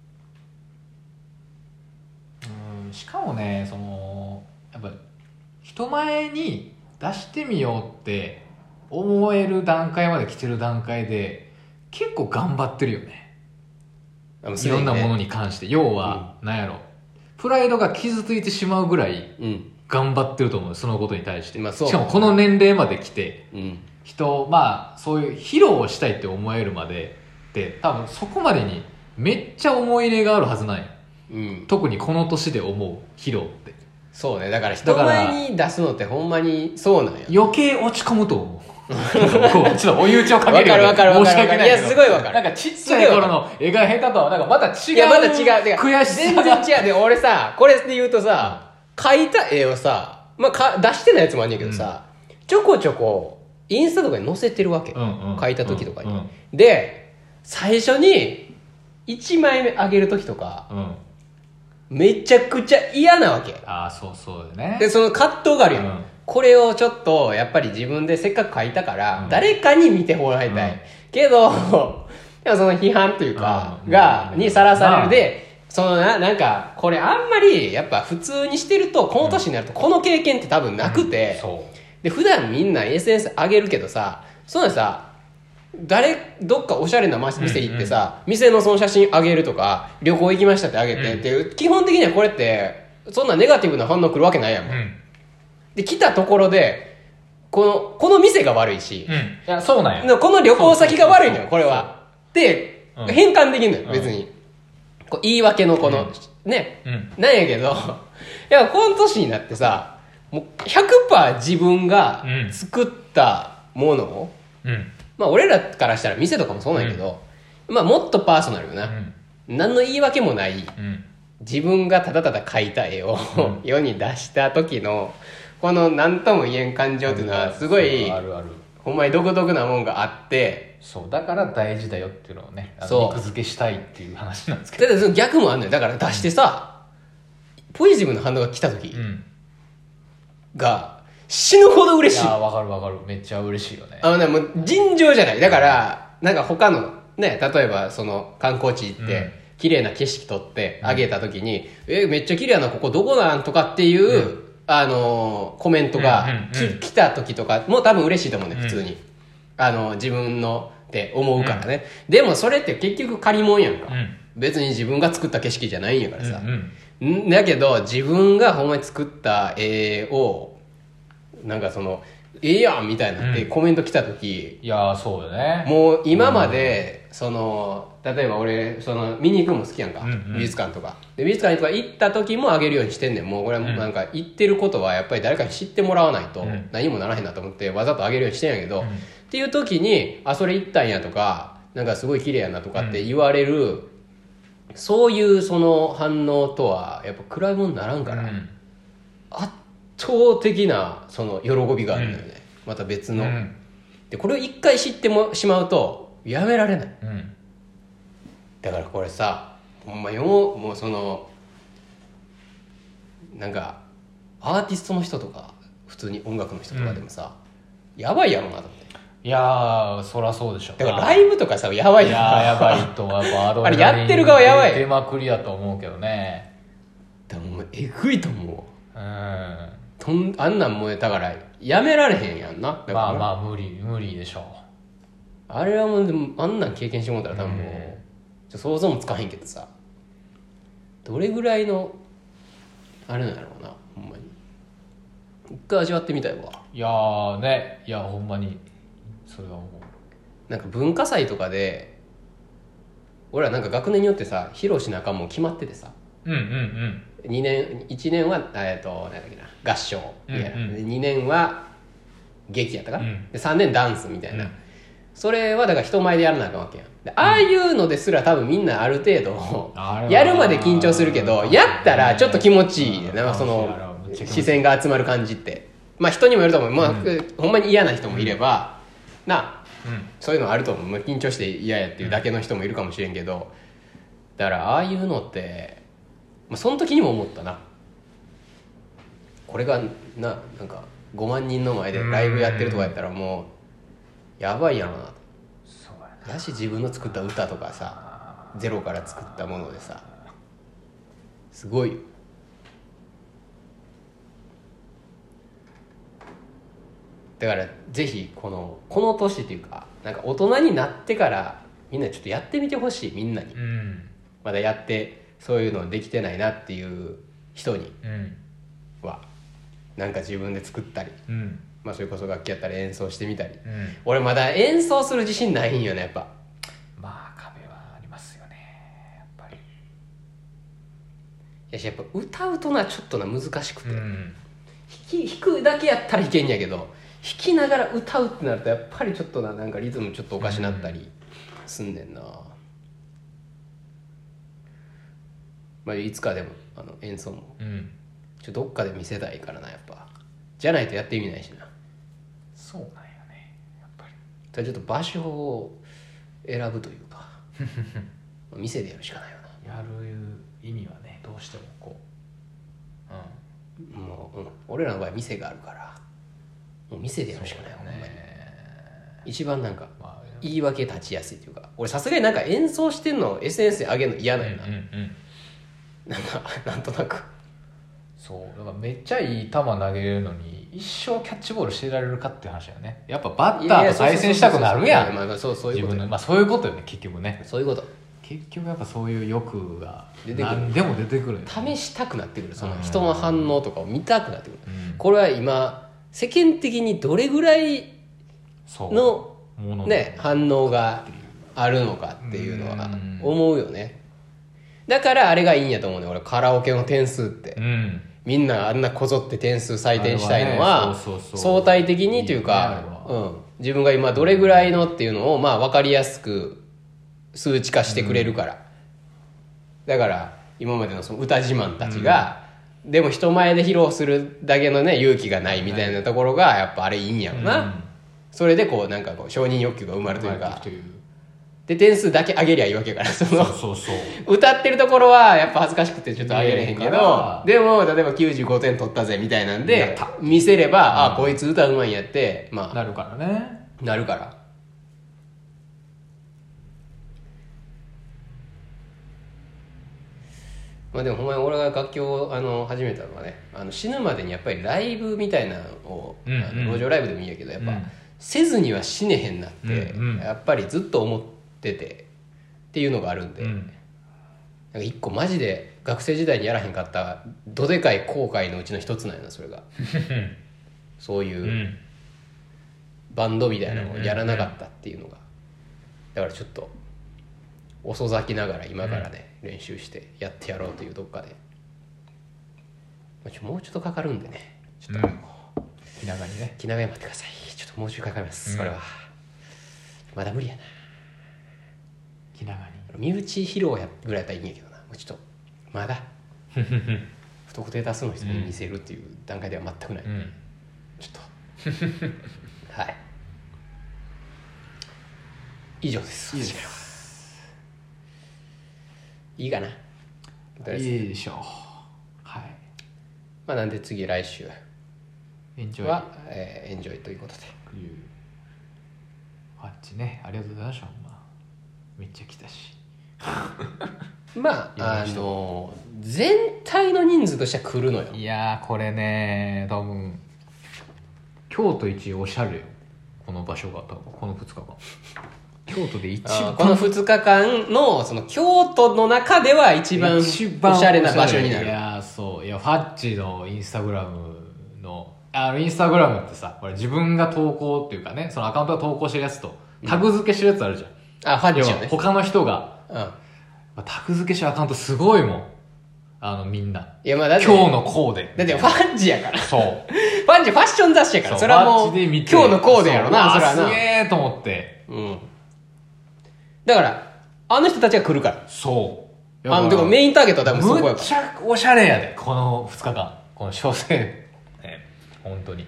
に。しかもね、やっぱ人前に出してみようって思える段階まで来てる段階で結構頑張ってるよね、いろんなものに関して。要は、なんやろ、プライドが傷ついてしまうぐらい頑張ってると思う、そのことに対して、しかもこの年齢まで来て、まあそういう披露をしたいって思えるまでって多分そこまでにめっちゃ思い入れがあるはずない、特にこの年で思う披露って。 そうね、だから人前に出すのってほんまにそうなんや、 余計落ち込むと思うちょっと追い打ちをかけるようで申し訳ないけど、 いやすごいわかる。 なんかちっちゃい頃の絵が下手とはなんかまた違う、 いやまた違う、 悔しさ全然違う。で俺さ、これで言うとさ、描いた絵をさ、まあ出してないやつもあんねんけどさ、ちょこちょこインスタとかに載せてるわけ、描いた時とかに、で最初に1枚目上げる時とか、めちゃくちゃ嫌なわけ。 そうだね。 でその葛藤があるよ、これをちょっとやっぱり自分でせっかく書いたから、誰かに見てもらいたい、けどでもその批判というか、にさらされるで、なんかこれあんまりやっぱ普通にしてると、この年になるとこの経験って多分なくて、で普段みんな SNS 上げるけどさ、そんなさどっかおしゃれな店行ってさ、店のその写真上げるとか、旅行行きましたって上げてっていう、基本的にはこれってそんなネガティブな反応来るわけないやんもん、で来たところでこの店が悪いし、 いやそうなんや、 この旅行先が悪いのよこれはで、変換できんのよ別に、こう言い訳のね、なんやけど、いやこの年になってさ、もう 100% 自分が作ったものを、まあ俺らからしたら店とかもそうなんやけど、まあもっとパーソナルよな、何の言い訳もない、自分がただただ描いた絵を世に出した時のこの何とも言えん感情っていうのはすごいほんまに独特なもんがあって、 そうだから大事だよっていうのをね、肉付けしたいっていう話なんですけど、 だってその逆もあんのよ。だから出してさ、ポジティブな反応が来た時が死ぬほど嬉しい。 いやわかる、めっちゃ嬉しいよね。 もう尋常じゃない。だからなんか他のね、例えばその観光地行って、綺麗な景色撮ってあげた時に、めっちゃ綺麗なここどこなんとかっていう、コメントが来た時とかも多分嬉しいと思うね、普通に。自分のって思うからね。でもそれって結局借り物やんか。別に自分が作った景色じゃないんやからさ。だけど自分がほんまに作った絵をなんかやんみたいなってコメント来た時、 いやそうよね。 もう今まで例えば俺見に行くのも好きやんか、美術館とかで、美術館とか行った時もあげるようにしてんねん。もうこれはなんか言ってることはやっぱり誰かに知ってもらわないと何もならへんなと思ってわざとあげるようにしてんやけど、っていう時にそれ行ったんやとか、なんかすごい綺麗やなとかって言われる、そういう反応とはやっぱ比べ物にならんから、圧倒的な喜びがあるんだよね、また別の、でこれを一回知ってしまうとやめられない、だからこれさ、ほんまもうなんかアーティストの人とか普通に音楽の人とかでもさ、やばいやろなと思って。 いやそらそうでしょ。 だからライブとかさ、やばいやばいとはあれやってる側やばい、 出まくりだと思うけどね。 でもえぐいと思う。 あんなんもうだからやめられへんやんな。だからまあまあ無理でしょあれはもうでもあんなん経験してもらったら多分もう、想像もつかへんけどさ、どれぐらいのあれなんやろうな、ほんまに一回味わってみたいわ。 いやーね、いやほんまにそれは思う。 なんか文化祭とかで俺らなんか学年によってさ披露しなあかんもん決まっててさ、 うんうんうん 2年1年は何だっけな合唱みたいな、 うんうんで2年は劇やったか、 うんで3年ダンスみたいな、 うんそれはだから人前でやらなあかんわけやん。でああいうのですら多分みんなある程度やるまで緊張するけど、やったらちょっと気持ちいいなんかその視線が集まる感じって、まあ人にもよると思う、まあほんまに嫌な人もいればな、そういうのあると思う、まあ、緊張して嫌やっていうだけの人もいるかもしれんけど、だからああいうのって、まあ、その時にも思ったな、これがなんか5万人の前でライブやってるとかやったらもうやばいやろなと。 そうやし自分の作った歌とかさゼロから作ったものでさすごいよ。だからぜひこの年っていうかなんか大人になってからみんなちょっとやってみてほしい。みんなに、まだやってそういうのできてないなっていう人にはなんか自分で作ったり、まあそれこそ楽器やったら演奏してみたり、俺まだ演奏する自信ないんよねやっぱ。 まあ壁はありますよねやっぱり。 やっぱ歌うとなちょっとな難しくて、弾くだけやったら弾けんやけど弾きながら歌うってなるとやっぱりちょっとなんかリズムちょっとおかしなったりすんねんな、まあ、いつかでも演奏もどっかで見せたいからなやっぱ。じゃないとやって意味ないしな。 そうなんよねやっぱり。 ただちょっと場所を選ぶというか店でやるしかないよな。 やる意味はねどうしてもこう、 もう、俺らの場合店があるからもう店でやるしかないよね。一番なんか言い訳立ちやすいというか、俺さすがになんか演奏してんのを SNS で上げるの嫌なんよな、なんかなんとなく。 そうだからめっちゃいい球投げれるのに一生キャッチボールしてられるかっていう話だよね。やっぱバッターと対戦したくなるやん。 そういうこと、 まあそういうことよね結局ね。 そういうこと。 結局やっぱそういう欲が何でも出てくるよね。 試したくなってくる、その人の反応とかを見たくなってくる、これは今世間的にどれぐらいのね反応があるのかっていうのは思うよね。だからあれがいいんやと思うね俺、カラオケの点数って、みんなあんなこぞって点数採点したいのは相対的にというか、自分が今どれぐらいのっていうのをまあ分かりやすく数値化してくれるから、だから今までのその歌自慢たちが、でも人前で披露するだけのね勇気がないみたいなところがやっぱあれいいんやろな、それでこうなんかこう承認欲求が生まれるというか、で点数だけ上げりゃいいわけから歌ってるところはやっぱ恥ずかしくてちょっと上げれへんけど、でも例えば95点取ったぜみたいなんで見せれば、あこいつ歌うまいんやってまあなるからね。 なるから。まあでもほんまに俺が楽器を始めたのはね死ぬまでにやっぱりライブみたいなのを、路上ライブでもいいんやけどやっぱ、せずには死ねへんなって、やっぱりずっと思っててっていうのがあるんで、なんか一個マジで学生時代にやらへんかったどでかい後悔のうちの一つなんやなそれがそういうバンドみたいなのをやらなかったっていうのが、だからちょっと遅咲きながら今からね、練習してやってやろうというどっかで、もうちょっとかかるんでね、ちょっと気長にね、 気長に待ってください。ちょっともうちょいかかります、これはまだ無理やな。 気長身に内披露やぐらいやったらいいんやけどな、もうちょっとまだ不特定多数の人に見せるっていう段階では全くない、ちょっとはい以上です。 いいです。 いいかな。 いいでしょう。はい。 まあなんで次来週エンジョイは、エンジョイということで。 あっちね、ありがとうございました。ほんまめっちゃ来たし。 まあ全体の人数としては来るのよ。 いやーこれね多分京都一おしゃれよこの場所が多分この2日間京都で一番この2日間のその京都の中では一番おしゃれな場所になる。 いやそういやファッチのインスタグラムのインスタグラムってさこれ自分が投稿っていうかねそのアカウントが投稿してるやつとタグ付けしてるやつあるじゃん、 ファッチよね。 他の人が、タグ付けしてるアカウントすごいもんみんな。 いやまあだって今日のコーデ。 だってファッチやから。 そう。 ファッチファッション雑誌やから。それはもう、今日のコーデやろな、それはな。 すげーと思って。 だから、あの人たちが来るから。 そう。 でもメインターゲットは多分そこやから。 むっちゃおしゃれやで、この2日間。この小生。本当に。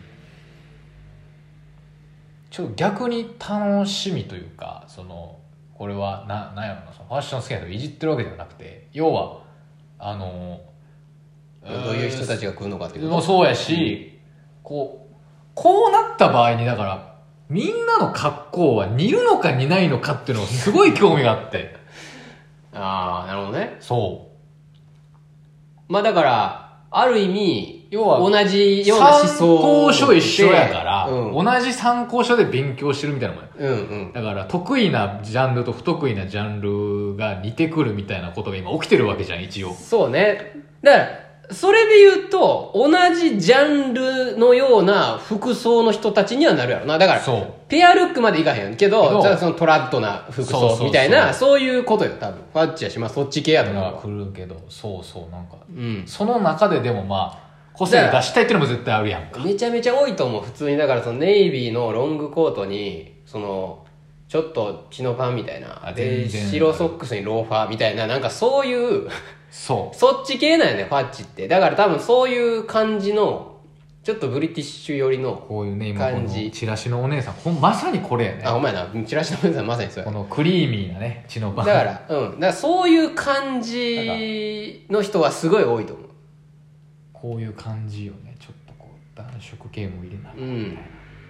ちょっと逆に楽しみというか、これは、なんやろな、ファッション好きな人をいじってるわけではなくて、要は、 どういう人たちが来るのかっていうこともそうやし、こうなった場合にだからみんなの格好は似るのか似ないのかっていうのがすごい興味があってなるほどね。 そうまあだからある意味要は同じような思想参考書一緒やから、同じ参考書で勉強してるみたいなもんや、だから得意なジャンルと不得意なジャンルが似てくるみたいなことが今起きてるわけじゃん一応。 そうね。だからそれで言うと同じジャンルのような服装の人たちにはなるやろな。だからペアルックまでいかへんけどそのトラッドな服装みたいなそういうことよ多分。ファッチやしそっち系やと思う。 来るけどそうなんか、その中ででもまあ個性出したいっていうのも絶対あるやんか。 めちゃめちゃ多いと思う普通に。だからそのネイビーのロングコートにちょっとチノパンみたいなで白ソックスにローファーみたいななんかそういうそっち系なんよねファッチって。だから多分そういう感じのちょっとブリティッシュ寄りの感じ。 こういうね今このチラシのお姉さんまさにこれやね。 ほんまやな。チラシのお姉さんまさにそうや。 このクリーミーなねチノパンだからそういう感じの人はすごい多いと思う。 こういう感じよね。ちょっとこう暖色系も入れながらみたいな、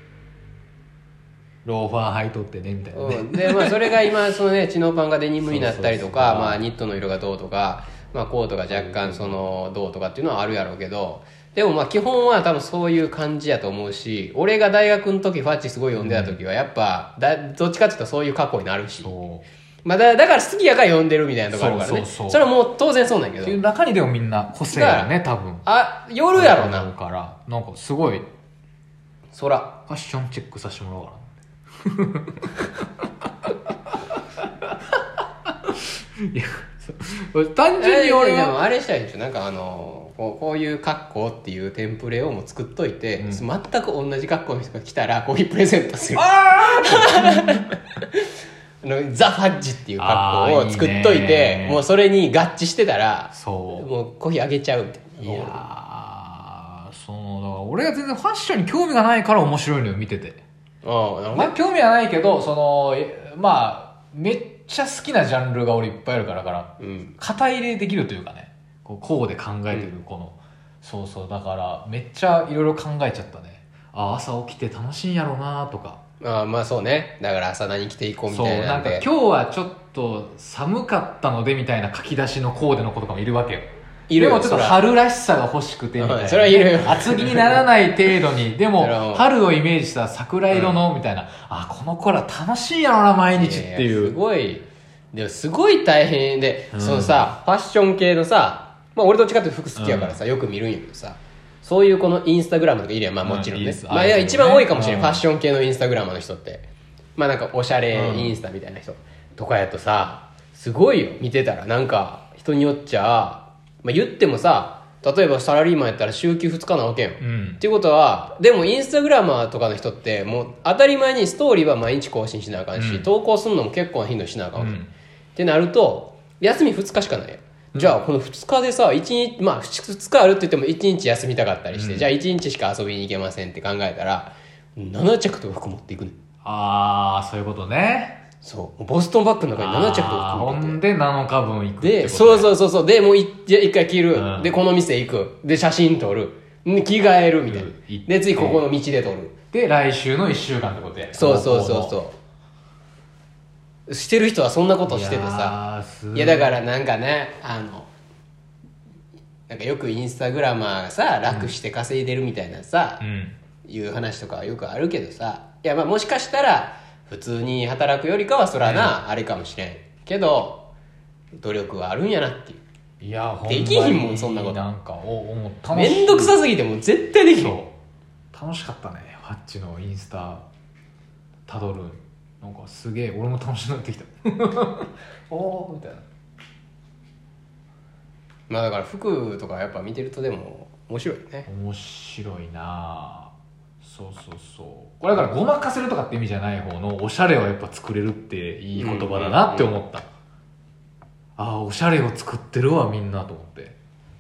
ローファー履いとってねみたいなね、 でそれが今チノパンがデニムになったりとかニットの色がどうとか、コートが若干どうとかっていうのはあるやろうけど、でも基本は多分そういう感じやと思うし、俺が大学の時ファッチすごい読んでた時はやっぱどっちかっていうとそういう格好になるし、だから好きやから読んでるみたいなとこあるからね。それはもう当然そうなんやけどっていう中にでもみんな個性がね多分夜やろなからなんかすごいファッションチェックさせてもらおうかな。いや単純に俺はでもあれしたいでしょ。なんかこういう格好っていうテンプレをもう作っといて、全く同じ格好の人が来たらこういうプレゼントする。ザ・ファッジっていう格好を作っといて、もうそれに合致してたらもうコーヒーあげちゃうみたいな。 いやだから俺が全然ファッションに興味がないから面白いのよ見てて。興味はないけどめっちゃ好きなジャンルが俺いっぱいあるから肩入れできるというかね、こうで考えてるこの、そうだからめっちゃいろいろ考えちゃったね。朝起きて楽しいんやろうなとか。 そうね。だから朝何着ていこうみたいなんで、 なんか今日はちょっと寒かったのでみたいな書き出しのコーデの子とかもいるわけよ。でもちょっと春らしさが欲しくてみたいな、 それはいるよ。 厚着にならない程度にでも春をイメージした桜色のみたいな、この子ら楽しいやろな毎日っていう。 すごい大変で、ファッション系の俺どっちかっていうと服好きやからよく見るんやけどそういうこのインスタグラムとかいるやん。もちろんね。一番多いかもしれない、ファッション系のインスタグラムの人ってなんかおしゃれインスタみたいな人とかやとすごいよ見てたら。なんか人によっちゃ言っても例えばサラリーマンやったら週休2日なわけよ、っていうことはでもインスタグラマーとかの人ってもう当たり前にストーリーは毎日更新しなあかんし、投稿するのも結構な頻度しなあかんわけ、ってなると休み2日しかないよ。じゃあこの2日で1日2日あるって言っても1日休みたかったりして、じゃあ1日しか遊びに行けませんって考えたら7着とか服持っていくね。 そういうことね。 ボストンバッグの中に7着とか服持ってほんで7日分行くってことで、そうでもう一回着る、でこの店行くで写真撮る着替えるみたいな、で次ここの道で撮るで来週の1週間ってことや。 そうしてる人はそんなことしててさ、いやだからなんかねなんかよくインスタグラマーがさ楽して稼いでるみたいなさ、いう話とかはよくあるけどさ、いやまあもしかしたら普通に働くよりかはそらな、あれかもしれんけど努力はあるんやなっていう。 いやほんまにできひんもんそんなこと。 なんか思っためんどくさすぎてもう絶対できひん。 楽しかったねファッチのインスタたどる。なんかすげえ俺も楽しくなってきたおおみたいな。 まあだから服とかやっぱ見てるとでも面白いね。 面白いな。そうこれだからごまかせるとかって意味じゃない方のおしゃれをやっぱ作れるっていい言葉だなって思った、ああおしゃれを作ってるわみんなと思って、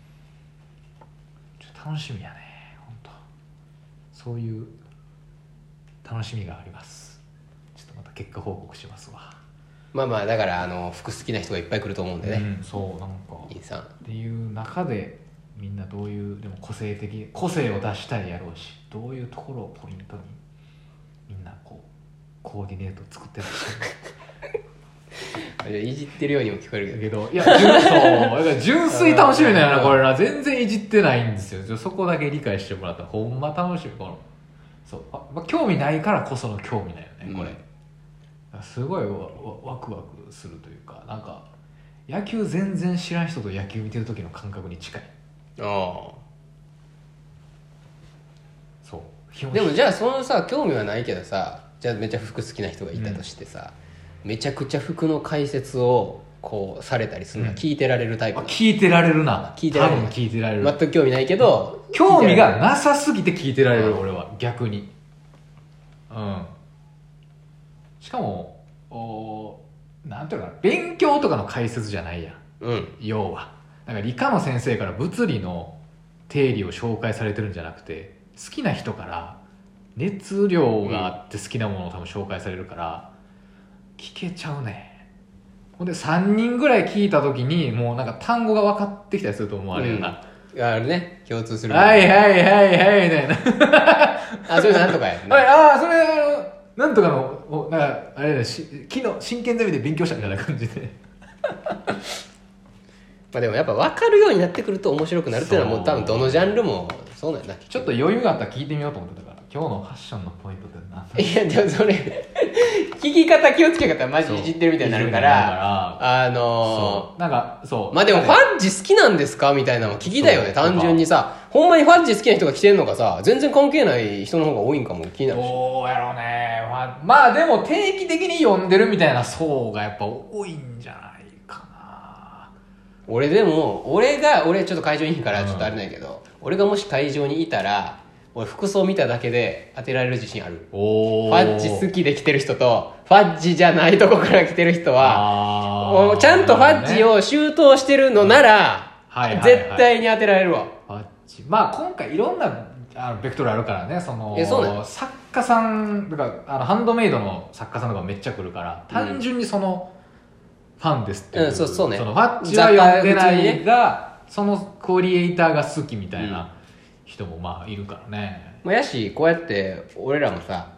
ちょっと楽しみやね本当。そういう楽しみがあります。ちょっとまた結果報告しますわ。 まあまあだから服好きな人がいっぱい来ると思うんでね、 そうなんかインさんっていう中でみんなどういうでも個性を出したいやろうし、どういうところをポイントにみんなこうコーディネート作ってらっしゃるいじってるようにも聞こえるけどいやだから純粋楽しみだよなこれな。全然いじってないんですよ。そこだけ理解してもらったらほんま楽しみ。このそうまあ、興味ないからこその興味だよねこれ、すごいワクワクするというか、なんか野球全然知らん人と野球見てる時の感覚に近い。そうでもじゃあそのさ興味はないけどさ、じゃあめっちゃ服好きな人がいたとしてさ、めちゃくちゃ服の解説をこうされたりするのは聞いてられるタイプ、 聞いてられるな。 聞いてられる。 多分聞いてられる。 全く興味ないけど興味がなさすぎて聞いてられる、俺は逆に。しかもなんていうのかな、勉強とかの解説じゃないやん、要はなんか理科の先生から物理の定理を紹介されてるんじゃなくて、好きな人から熱量があって好きなものを多分紹介されるから聞けちゃうね。ほんで3人ぐらい聞いた時にもうなんか単語が分かってきたりすると思われるな、 あるね、共通する。 はいみたいなそれなんとかやね。 それなんとかのなんかあれだ昨日真剣ゼミで勉強したみたいな感じでまあでもやっぱ分かるようになってくると面白くなるっていうのはもう多分どのジャンルもそうなんだ。 ちょっと余裕があったら聞いてみようと思ってたから、今日のファッションのポイントって何？ いやでもそれ聞き方気をつけ方マジいじってるみたいになるからなんかそうまあでもファッジ好きなんですかみたいなの聞きだよね。単純にさほんまにファッジ好きな人が来てんのかさ、全然関係ない人の方が多いんかも気になるし。 どうやろうね。まあでも定期的に読んでるみたいな層がやっぱ多いんじゃないかな。 俺ちょっと会場にいいからちょっとあれないけど、俺がもし会場にいたら俺服装見ただけで当てられる自信ある。ファッジ好きで来てる人とファッジじゃないとこから来てる人はちゃんとファッジを周到してるのなら、絶対に当てられるわ。 ファッジまあ今回いろんなベクトルあるからね。 そう作家さんとかハンドメイドの作家さんとかめっちゃ来るから、単純にそのファンですっていう、 そうね、 そのファッジは読んでないが、そのクリエイターが好きみたいな人もまあいるからね。 やしこうやって俺らもさ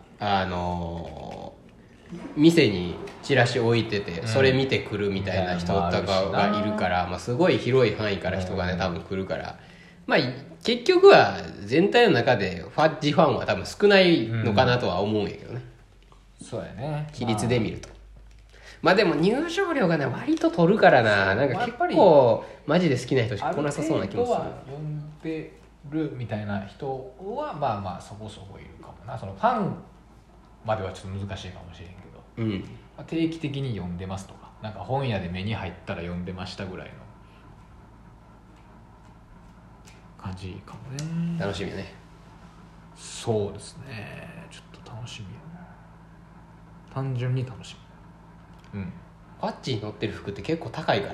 店にチラシ置いててそれ見てくるみたいな人とかがいるから、すごい広い範囲から人がね多分来るから、結局は全体の中でファッジファンは多分少ないのかなとは思うんやけどね、 そうやね、 比率で見ると。でも入場料がね割と取るからな、なんか結構マジで好きな人しか来なさそうな気もする。 呼んでるみたいな人はまあまあそこそこいるかもな。そのファンまではちょっと難しいかもしれんけど、定期的に読んでますとか、なんか本屋で目に入ったら読んでましたぐらいの感じかもね。 楽しみね。 そうですね、ちょっと楽しみやな。単純に楽しみ。 ファッジに乗ってる服って結構高いから、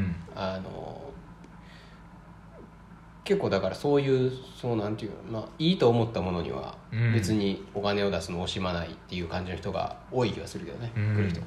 結構だからそういうなんていうの、いいと思ったものには別にお金を出すの惜しまないっていう感じの人が多い気がするけどね、来る人。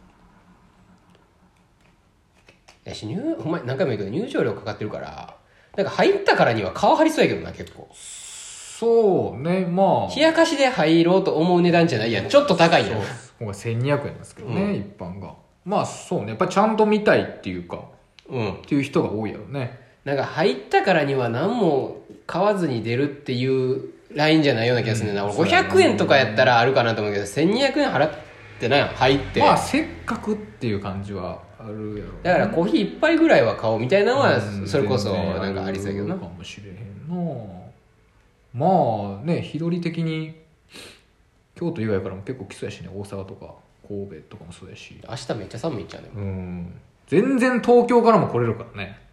やしほんまに何回も言うけど入場料かかってるから、なんか入ったからには顔張りそうやけどな結構。 そうね、まあ冷やかしで入ろうと思う値段じゃないやん、ちょっと高いやん。 今回1200円なんですけどね、一般が。まあそうね、やっぱりちゃんと見たいっていうか、っていう人が多いやろね。 なんか入ったからには何も買わずに出るっていうラインじゃないような気がするんだよな。500円とかやったらあるかなと思うけど、1200円払ってない入って。 まあせっかくっていう感じはあるやろ、ね。 だからコーヒー一杯ぐらいは買おうみたいなのは、それこそなんかありそうやけどな。 かもしれへんな。まあね、日取り的に京都以外からも結構来そうやしね、大阪とか神戸とかもそうやし。 明日めっちゃ寒いっちゃうね。 全然東京からも来れるからね。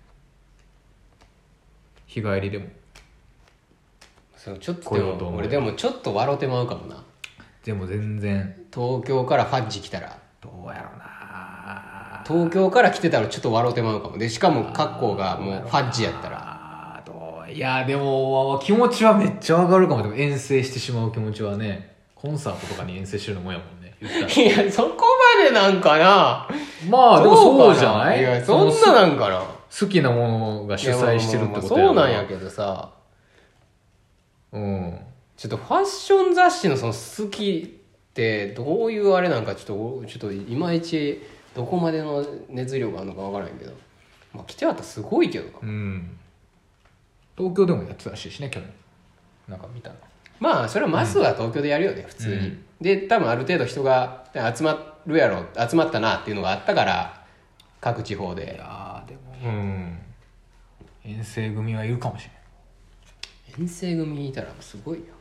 日帰りでも。 そうちょっとでも俺でもちょっと笑うてまうかもな。 でも全然東京からファッジ来たらどうやろうな。 東京から来てたらちょっと笑うてまうかも。でしかも格好がもうファッジやったらいやでも気持ちはめっちゃ上がるかも。でも遠征してしまう気持ちはね、コンサートとかに遠征してるのもんやもんね。言ったらいやそこまでなんかな。 まあでもそうじゃない？ いやそんななんかな。 好きなものが主催してるってことやそうなんやけどさ、ちょっとファッション雑誌のその好きってどういうあれなんかちょっといまいちどこまでの熱量があるのかわからんけど、まあ来てあったらすごいけどな。 東京でもやってたらしいしね、去年なんか見たの。 まあそれはまずは東京でやるよね、普通に。で多分ある程度人が集まるやろ、集まったなっていうのがあったから各地方で。 いやでも遠征組はいるかもしれない。 遠征組いたらすごいよ。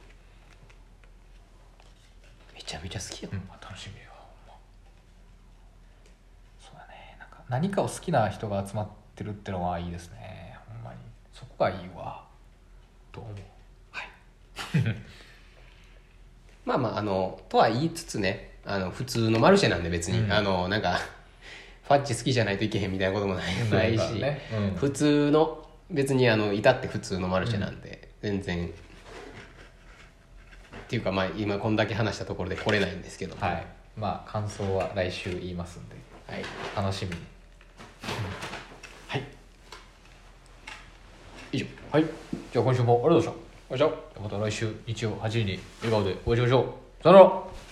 めちゃめちゃ好きよ。 楽しみよ。そうだね。なんか何かを好きな人が集まってるってのはいいですね。ほんまにそこがいいわと思う。はい。 まあまあとは言いつつね、普通のマルシェなんで別に、なんかファッチ好きじゃないといけへんみたいなこともないし、ね普通の別に至って普通のマルシェなんで、全然っていうかまあ今こんだけ話したところで来れないんですけども、 はい、まあ感想は来週言いますんで、はい、楽しみに。はい、以上。はい、じゃあ今週もありがとうございました。また来週日曜8時に笑顔でお会いしましょう。さよなら。